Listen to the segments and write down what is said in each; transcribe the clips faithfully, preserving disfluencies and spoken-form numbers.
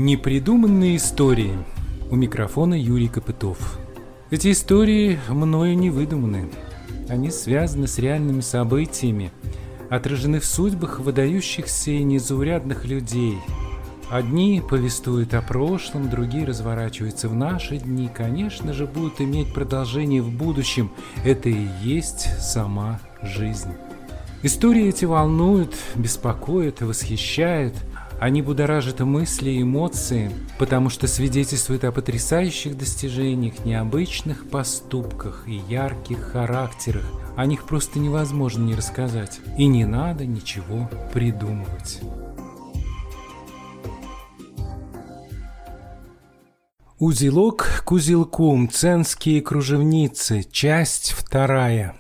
Непридуманные истории. У микрофона Юрий Копытов. Эти истории мною не выдуманы. Они связаны с реальными событиями, отражены в судьбах выдающихся и незаурядных людей. Одни повествуют о прошлом, другие разворачиваются в наши дни, конечно же, будут иметь продолжение в будущем. Это и есть сама жизнь. Истории эти волнуют, беспокоят, восхищают. Они будоражат мысли и эмоции, потому что свидетельствуют о потрясающих достижениях, необычных поступках и ярких характерах. О них просто невозможно не рассказать. И не надо ничего придумывать. Узелок к узелку. Мценские кружевницы. Часть вторая.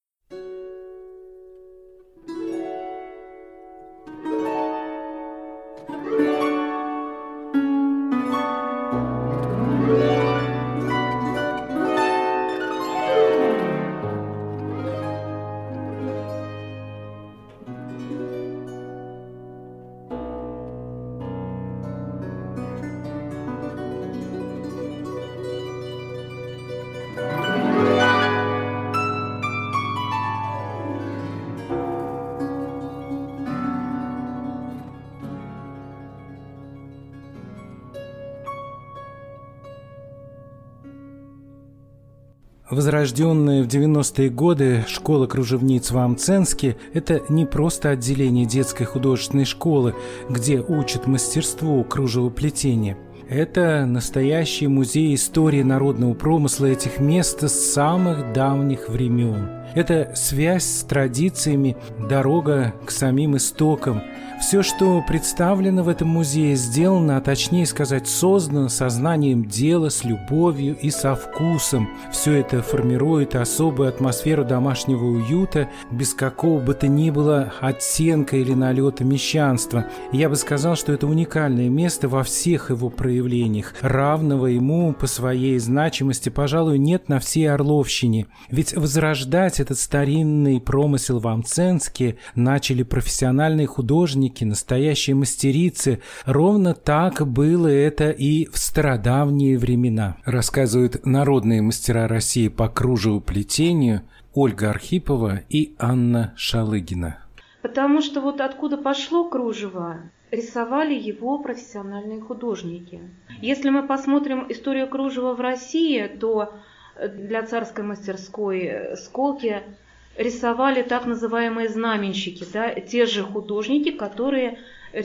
Возрожденная в девяностые годы школа кружевниц в Мценске – это не просто отделение детской художественной школы, где учат мастерству кружевоплетения. Это настоящий музей истории народного промысла этих мест с самых давних времен. Это связь с традициями, дорога к самим истокам. Все, что представлено в этом музее, сделано, а точнее сказать, создано сознанием дела, с любовью и со вкусом. Все это формирует особую атмосферу домашнего уюта, без какого бы то ни было оттенка или налета мещанства. Я бы сказал, что это уникальное место во всех его проявлениях. Равного ему по своей значимости, пожалуй, нет на всей Орловщине. Ведь возрождать этот старинный промысел в Мценске начали профессиональные художники, настоящие мастерицы. Ровно так было это и в стародавние времена, рассказывают народные мастера России по кружевоплетению Ольга Архипова и Анна Шалыгина. Потому что вот откуда пошло кружево, рисовали его профессиональные художники. Если мы посмотрим историю кружева в России, то для царской мастерской Сколки рисовали так называемые знаменщики, да, те же художники, которые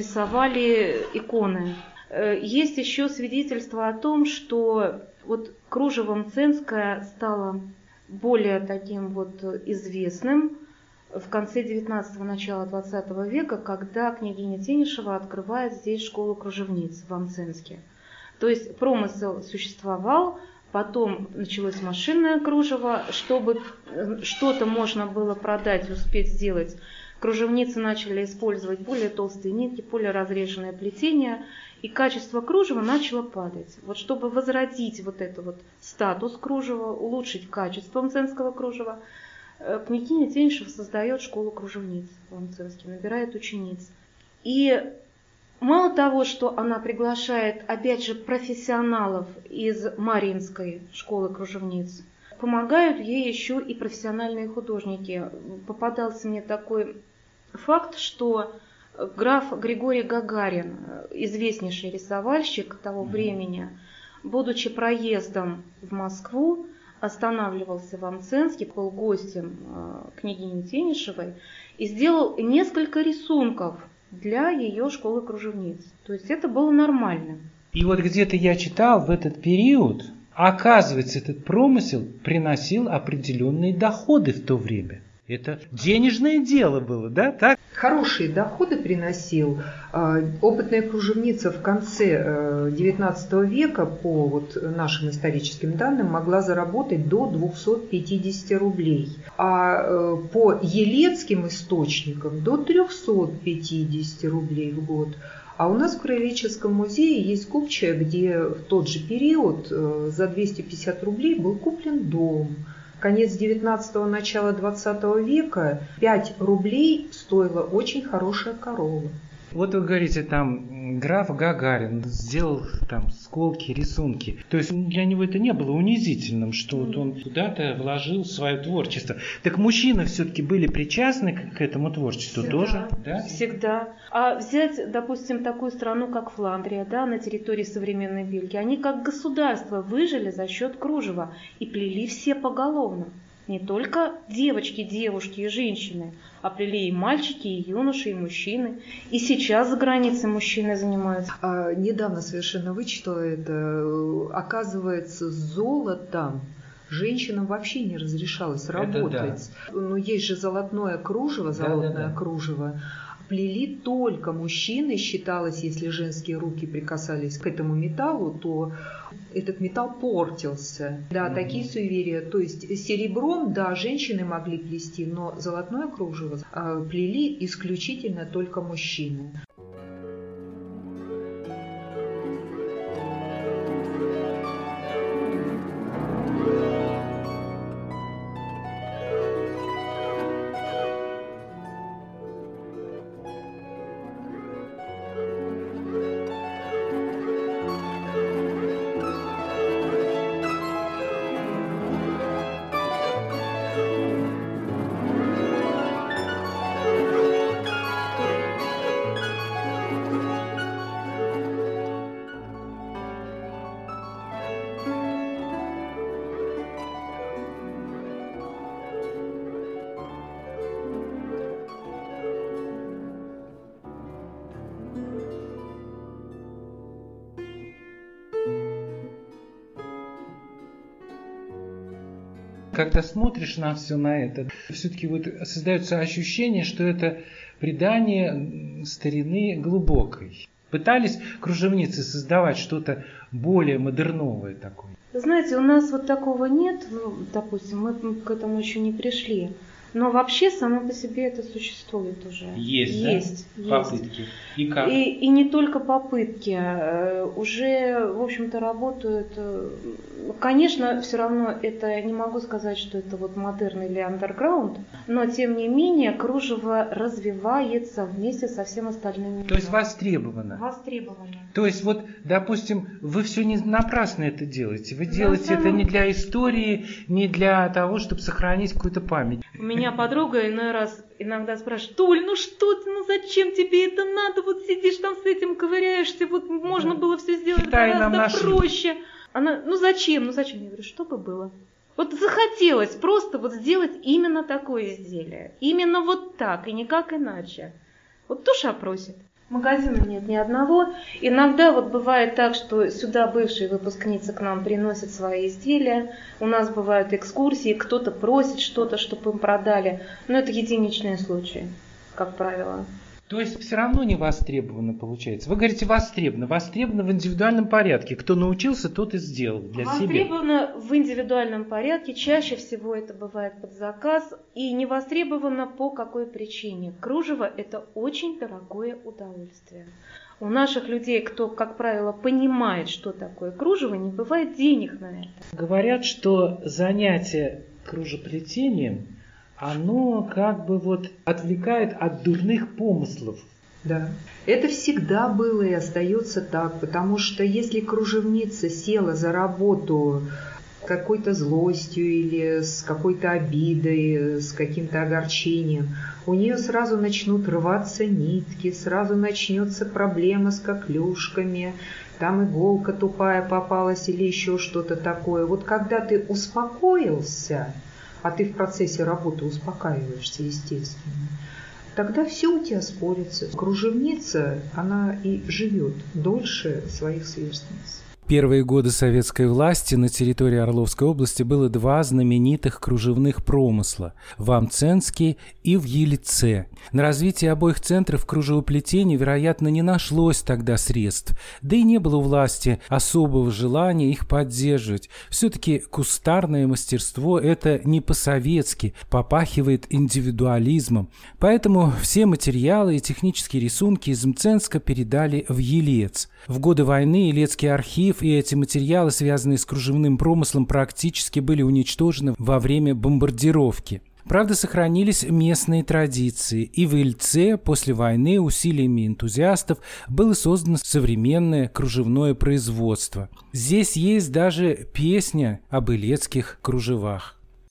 рисовали иконы. Есть еще свидетельство о том, что вот кружево мценское стало более таким вот известным в конце девятнадцатого, начала двадцатого века, когда княгиня Тенишева открывает здесь школу кружевниц в Мценске. То есть промысел существовал. Потом началось машинное кружево, чтобы что-то можно было продать, успеть сделать. Кружевницы начали использовать более толстые нитки, более разреженное плетение, и качество кружева начало падать. Вот чтобы возродить вот этот вот статус кружева, улучшить качество мценского кружева, княгиня Тенишева создает школу кружевниц в Мценске, набирает учениц. И мало того, что она приглашает, опять же, профессионалов из Мариинской школы кружевниц, помогают ей еще и профессиональные художники. Попадался мне такой факт, что граф Григорий Гагарин, известнейший рисовальщик того времени, будучи проездом в Москву, останавливался в Мценске, был гостем княгини Тенишевой и сделал несколько рисунков для ее школы кружевниц. То есть это было нормально. И вот где-то я читал в этот период, оказывается, этот промысел приносил определенные доходы в то время. Это денежное дело было, да? Так? Хорошие доходы приносил. Опытная кружевница в конце девятнадцатого века, по вот нашим историческим данным, могла заработать до двухсот пятидесяти рублей. А по елецким источникам до трехсот пятидесяти рублей в год. А у нас в Краеведческом музее есть купчая, где в тот же период за двести пятьдесят рублей был куплен дом. Конец девятнадцатого, начало двадцатого века пять рублей стоила очень хорошая корова. Вот вы говорите, там граф Гагарин сделал там сколки, рисунки. То есть для него это не было унизительным, что вот он куда-то вложил свое творчество. Так мужчины все-таки были причастны к, к этому творчеству Всегда, тоже? Да? Всегда. А взять, допустим, такую страну, как Фландрия, да, на территории современной Бельгии, они как государство выжили за счет кружева и плели все поголовно. Не только девочки, девушки и женщины, а плели и мальчики, и юноши, и мужчины. И сейчас за границей мужчины занимаются. А, недавно совершенно вычитала это. Оказывается, золотом женщинам вообще не разрешалось работать. Да. Но есть же золотное кружево, золотное да, да, да. кружево. Плели только мужчины, считалось, если женские руки прикасались к этому металлу, то этот металл портился. Да, mm-hmm. такие суеверия. То есть серебром, да, женщины могли плести, но золотное кружево плели исключительно только мужчины. Когда смотришь на все на это, все-таки вот создается ощущение, что это предание старины глубокой. Пытались кружевницы создавать что-то более модерновое такое? Знаете, у нас вот такого нет, ну, допустим, мы к этому еще не пришли. Но вообще само по себе это существует уже. Есть, есть, да? есть. Попытки. И как? И, и не только попытки. Уже, в общем-то, работают. Конечно, все равно это не могу сказать, что это вот модерн или андерграунд, но тем не менее кружево развивается вместе со всем остальным. То есть востребовано. Востребовано. То есть вот, допустим, вы все не напрасно это делаете. Вы делаете самом... это не для истории, не для того, чтобы сохранить какую-то память. У меня подруга иной раз иногда спрашивает: Толь, ну что ты, ну зачем тебе это надо? Вот сидишь там с этим, ковыряешься, вот можно было все сделать Китай гораздо проще. Она, ну зачем, ну зачем? Я говорю, чтобы было. Вот захотелось просто вот сделать именно такое изделие. Именно вот так и никак иначе. Вот душа просит. Магазина нет ни одного. Иногда вот бывает так, что сюда бывшие выпускницы к нам приносят свои изделия. У нас бывают экскурсии, кто-то просит что-то, чтобы им продали. Но это единичные случаи, как правило. То есть все равно не востребовано получается. Вы говорите востребовано. Востребовано в индивидуальном порядке. Кто научился, тот и сделал для себя. Востребовано в индивидуальном порядке. Чаще всего это бывает под заказ. И не востребовано по какой причине. Кружево – это очень дорогое удовольствие. У наших людей, кто, как правило, понимает, что такое кружево, не бывает денег на это. Говорят, что занятие кружеплетением, оно как бы вот отвлекает от дурных помыслов. Да, это всегда было и остается так, потому что если кружевница села за работу с какой-то злостью или с какой-то обидой, с каким-то огорчением, у нее сразу начнут рваться нитки, сразу начнется проблема с коклюшками, там иголка тупая попалась или еще что-то такое. Вот когда ты успокоился, а ты в процессе работы успокаиваешься, естественно, тогда все у тебя спорится. Кружевница, она и живет дольше своих сверстниц. В первые годы советской власти на территории Орловской области было два знаменитых кружевных промысла – в Амценске и в Елице. На развитие обоих центров кружевоплетения, вероятно, не нашлось тогда средств, да и не было у власти особого желания их поддерживать. Все-таки кустарное мастерство – это не по-советски, попахивает индивидуализмом. Поэтому все материалы и технические рисунки из Мценска передали в Елец. В годы войны Елецкий архив и эти материалы, связанные с кружевным промыслом, практически были уничтожены во время бомбардировки. Правда, сохранились местные традиции, и в Ильце после войны усилиями энтузиастов было создано современное кружевное производство. Здесь есть даже песня об илецких кружевах.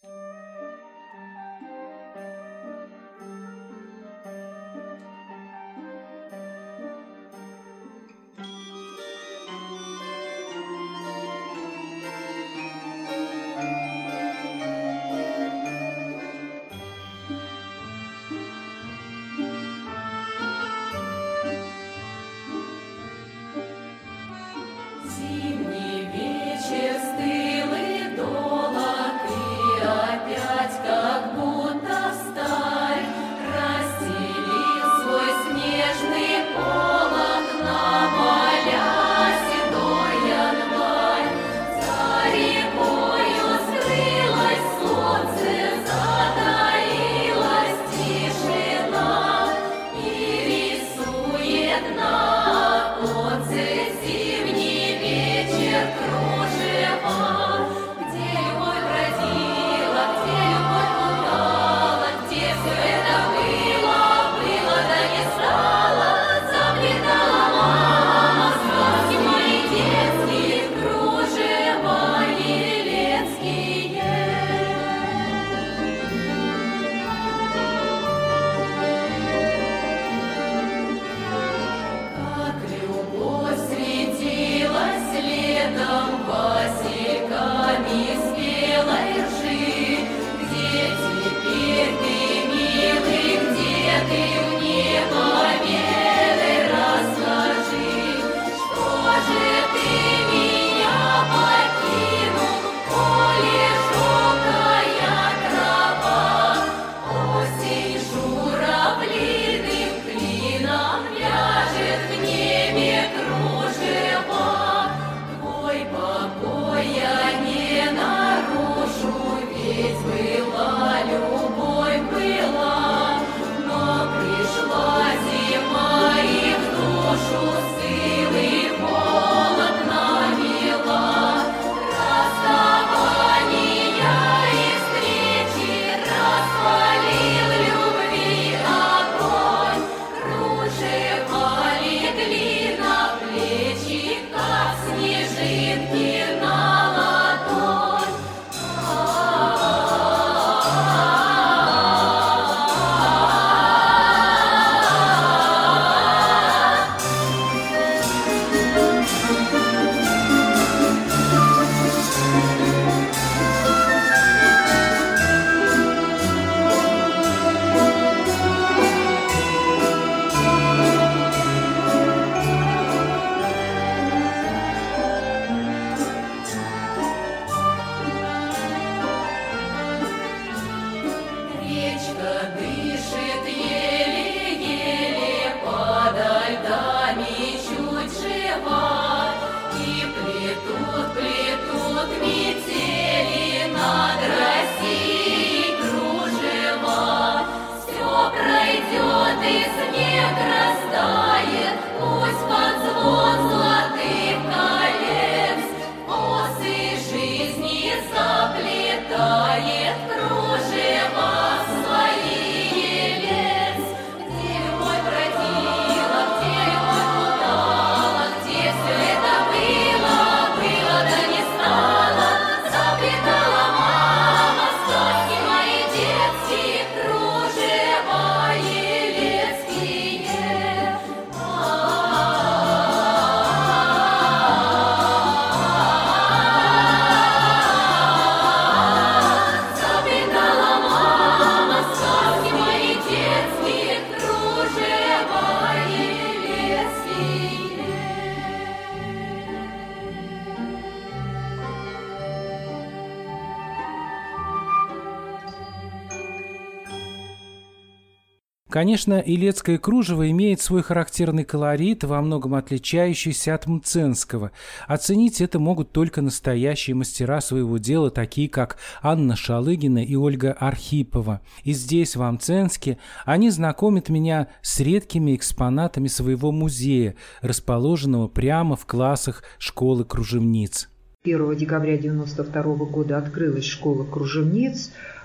Конечно, илецкое кружево имеет свой характерный колорит, во многом отличающийся от мценского. Оценить это могут только настоящие мастера своего дела, такие как Анна Шалыгина и Ольга Архипова. И здесь, в Мценске, они знакомят меня с редкими экспонатами своего музея, расположенного прямо в классах школы кружевниц. первого декабря девяносто второго года открылась школа кружевниц.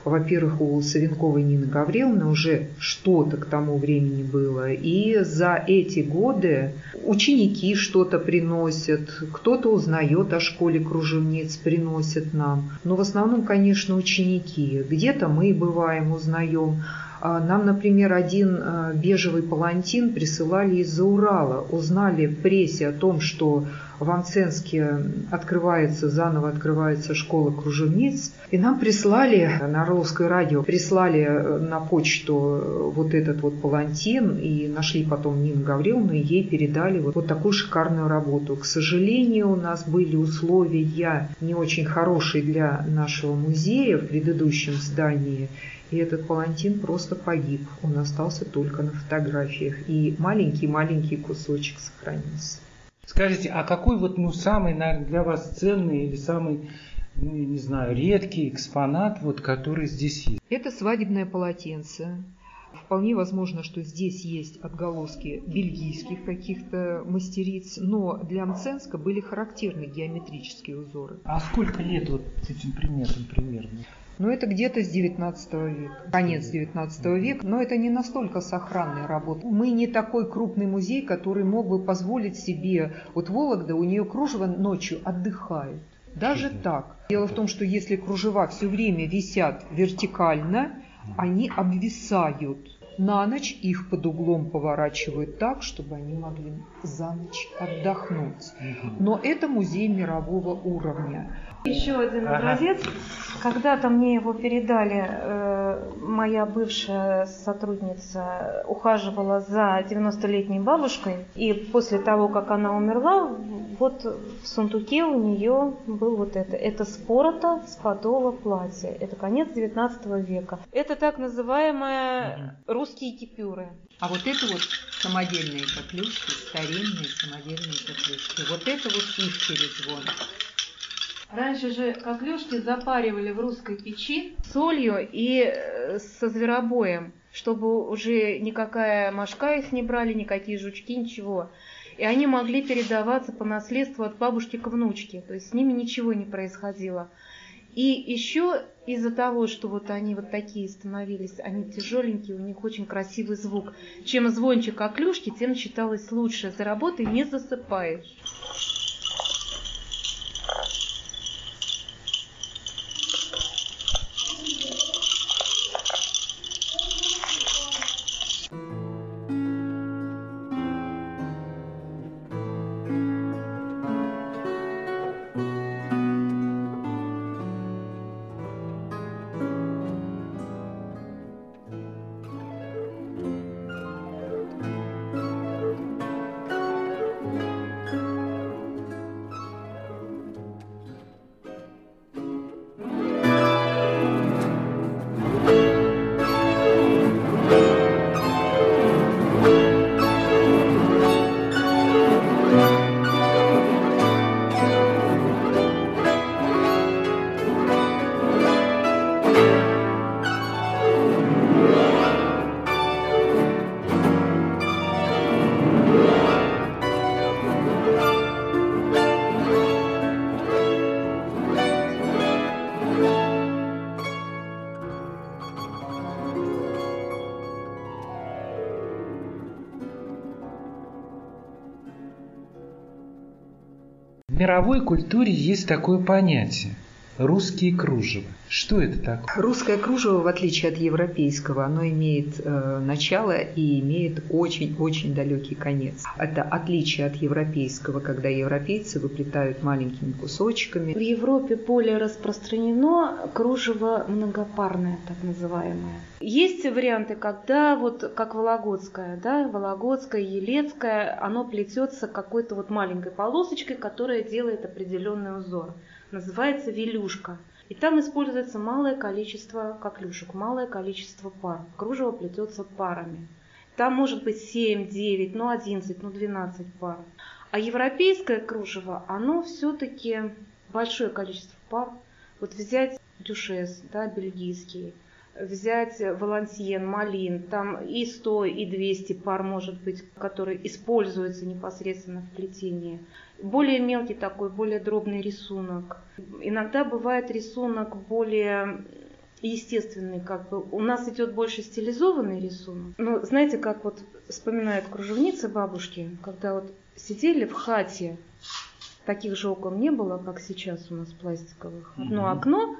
Во-первых, у Савенковой Нины Гавриловны уже что-то к тому времени было. И за эти годы ученики что-то приносят, кто-то узнает о школе кружевниц, приносит нам. Но в основном, конечно, ученики. Где-то мы бываем, узнаем. Нам, например, один бежевый палантин присылали из-за Урала. Узнали в прессе о том, что в Амценске открывается, заново открывается школа кружевниц. И нам прислали, на Орловское радио, прислали на почту вот этот вот палантин. И нашли потом Нину Гавриловну, и ей передали вот, вот такую шикарную работу. К сожалению, у нас были условия не очень хорошие для нашего музея в предыдущем здании. И этот палантин просто погиб. Он остался только на фотографиях. И маленький-маленький кусочек сохранился. Скажите, а какой вот, ну, самый, наверное, для вас ценный или самый, ну, я не знаю, редкий экспонат, вот, который здесь есть? Это свадебное полотенце. Вполне возможно, что здесь есть отголоски бельгийских каких-то мастериц, но для Амценска были характерны геометрические узоры. А сколько лет вот этим предметам примерно? Ну, это где-то с девятнадцатого века, конец девятнадцатого века, но это не настолько сохранная работа. Мы не такой крупный музей, который мог бы позволить себе, вот Вологда, у нее кружево ночью отдыхает. Даже так. Дело в том, что если кружева все время висят вертикально, они обвисают. На ночь их под углом поворачивают так, чтобы они могли за ночь отдохнуть. Но это музей мирового уровня. Еще один образец. Когда-то мне его передали, э, моя бывшая сотрудница ухаживала за девяностолетней бабушкой. И после того, как она умерла, вот в сундуке у нее был вот это. Это спорота с подола платья. Это конец девятнадцатого века. Это так называемые русские кипюры. А вот это вот самодельные коклюшки, старинные самодельные коклюшки. Вот это вот их перезвон. Раньше же коклюшки запаривали в русской печи солью и со зверобоем, чтобы уже никакая мошка их не брали, никакие жучки, ничего. И они могли передаваться по наследству от бабушки к внучке, то есть с ними ничего не происходило. И еще из-за того, что вот они вот такие становились, они тяжеленькие, у них очень красивый звук. Чем звонче коклюшки, тем считалось лучше. За работой не засыпаешь. В мировой культуре есть такое понятие – русские кружева. Что это такое? Русское кружево, в отличие от европейского, оно имеет э, начало и имеет очень-очень далекий конец. Это отличие от европейского, когда европейцы выплетают маленькими кусочками. В Европе более распространено кружево многопарное, так называемое. Есть варианты, когда вот как вологодское, да, вологодское, елецкое, оно плетется какой-то вот маленькой полосочкой, которая делает определенный узор. Называется велюшка. И там используется малое количество коклюшек, малое количество пар. Кружево плетется парами. Там может быть семь, девять, ну одиннадцать, ну двенадцать пар. А европейское кружево, оно все-таки большое количество пар. Вот взять дюшес, да, бельгийский, взять валансьен, малин, там и сто, и двести пар может быть, которые используются непосредственно в плетении. Более мелкий такой, более дробный рисунок. Иногда бывает рисунок более естественный, как бы. У нас идет больше стилизованный рисунок. Но знаете, как вот вспоминают кружевницы бабушки, когда вот сидели в хате, таких же окон не было, как сейчас у нас пластиковых. Одно mm-hmm. окно,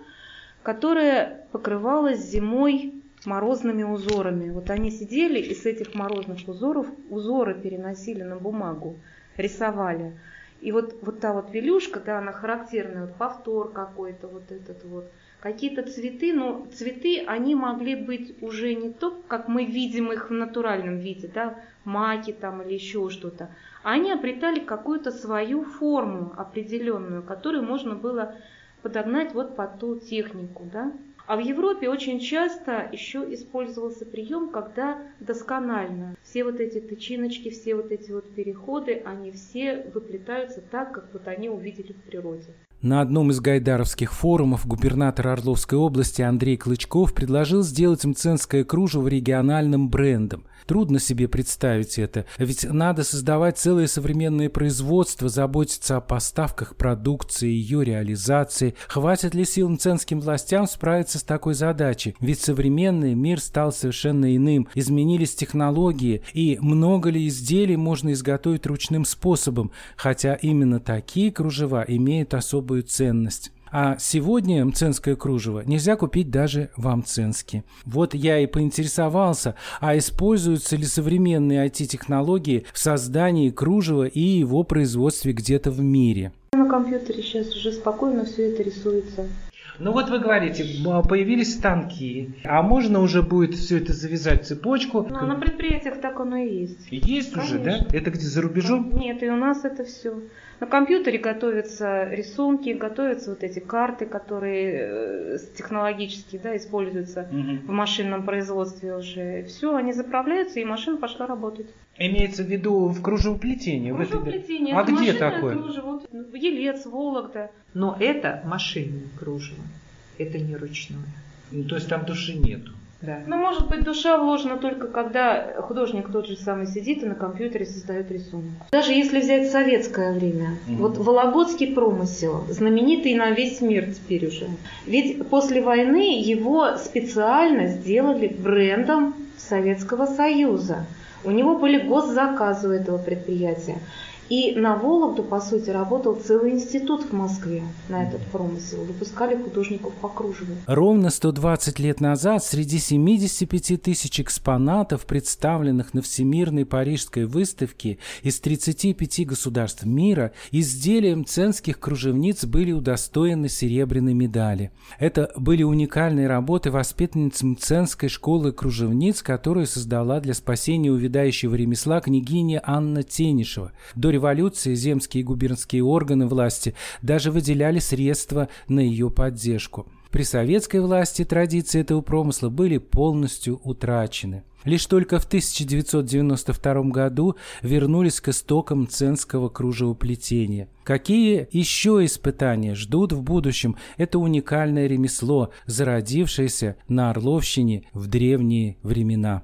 которое покрывалось зимой морозными узорами. Вот они сидели и с этих морозных узоров узоры переносили на бумагу, рисовали. И вот, вот та вот велюшка, да, она характерная, вот повтор какой-то, вот этот вот. Какие-то цветы, но цветы, они могли быть уже не то, как мы видим их в натуральном виде, да, маки там или еще что-то. Они обретали какую-то свою форму определенную, которую можно было подогнать вот под ту технику, да. А в Европе очень часто еще использовался прием, когда досконально все вот эти тычиночки, все вот эти вот переходы, они все выплетаются так, как вот они увидели в природе. На одном из гайдаровских форумов губернатор Орловской области Андрей Клычков предложил сделать мценское кружево региональным брендом. Трудно себе представить это, ведь надо создавать целое современное производство, заботиться о поставках продукции, ее реализации. Хватит ли сил мценским властям справиться с такой задачей? Ведь современный мир стал совершенно иным, изменились технологии, и много ли изделий можно изготовить ручным способом, хотя именно такие кружева имеют особую ценность. А сегодня мценское кружево нельзя купить даже в Мценске. Вот я и поинтересовался, а используются ли современные ай ти-технологии в создании кружева и его производстве где-то в мире. На компьютере сейчас уже спокойно все это рисуется. Ну вот вы говорите, появились станки, а можно уже будет все это завязать в цепочку? Ну, на предприятиях так оно и есть. Есть Конечно. Уже, да? Это где, за рубежом? Нет, и у нас это все. На компьютере готовятся рисунки, готовятся вот эти карты, которые технологически, да, используются угу. в машинном производстве уже. Все, они заправляются, и машина пошла работать. Имеется в виду в кружевоплетении? Кружевоплетение. А где такое? Кружево, Елец, Вологда. Но это машинное кружево, это не ручное. Ну, то есть там души нету. Да. Ну, может быть, душа вложена только когда художник тот же самый сидит и на компьютере создает рисунок. Даже если взять советское время, mm-hmm. вот вологодский промысел, знаменитый на весь мир теперь уже. Ведь после войны его специально сделали брендом Советского Союза. У него были госзаказы у этого предприятия. И на Вологду, по сути, работал целый институт в Москве на этот промысел. Выпускали художников по кружеву. Ровно сто двадцать лет назад среди семидесяти пяти тысяч экспонатов, представленных на Всемирной Парижской выставке из тридцати пяти государств мира, изделия мценских кружевниц были удостоены серебряной медали. Это были уникальные работы воспитанниц мценской школы кружевниц, которую создала для спасения увядающего ремесла княгиня Анна Тенишева. До революции земские и губернские органы власти даже выделяли средства на ее поддержку. При советской власти традиции этого промысла были полностью утрачены. Лишь только в тысяча девятьсот девяносто втором году вернулись к истокам мценского кружевоплетения. Какие еще испытания ждут в будущем это уникальное ремесло, зародившееся на Орловщине в древние времена?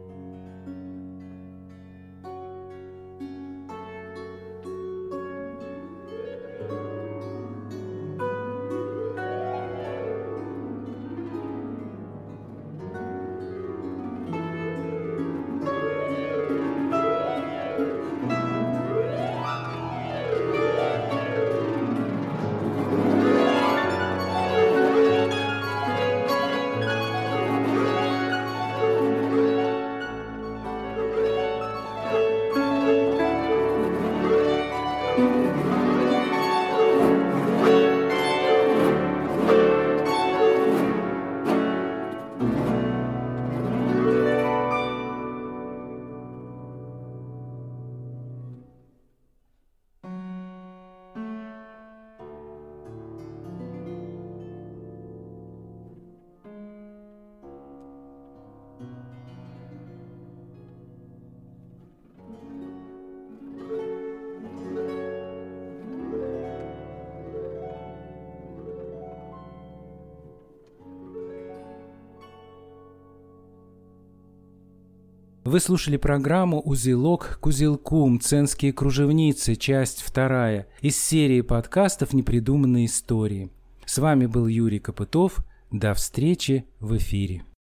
Вы слушали программу «Узелок к узелку. Мценские кружевницы. Часть вторая» из серии подкастов «Непридуманные истории». С вами был Юрий Копытов. До встречи в эфире.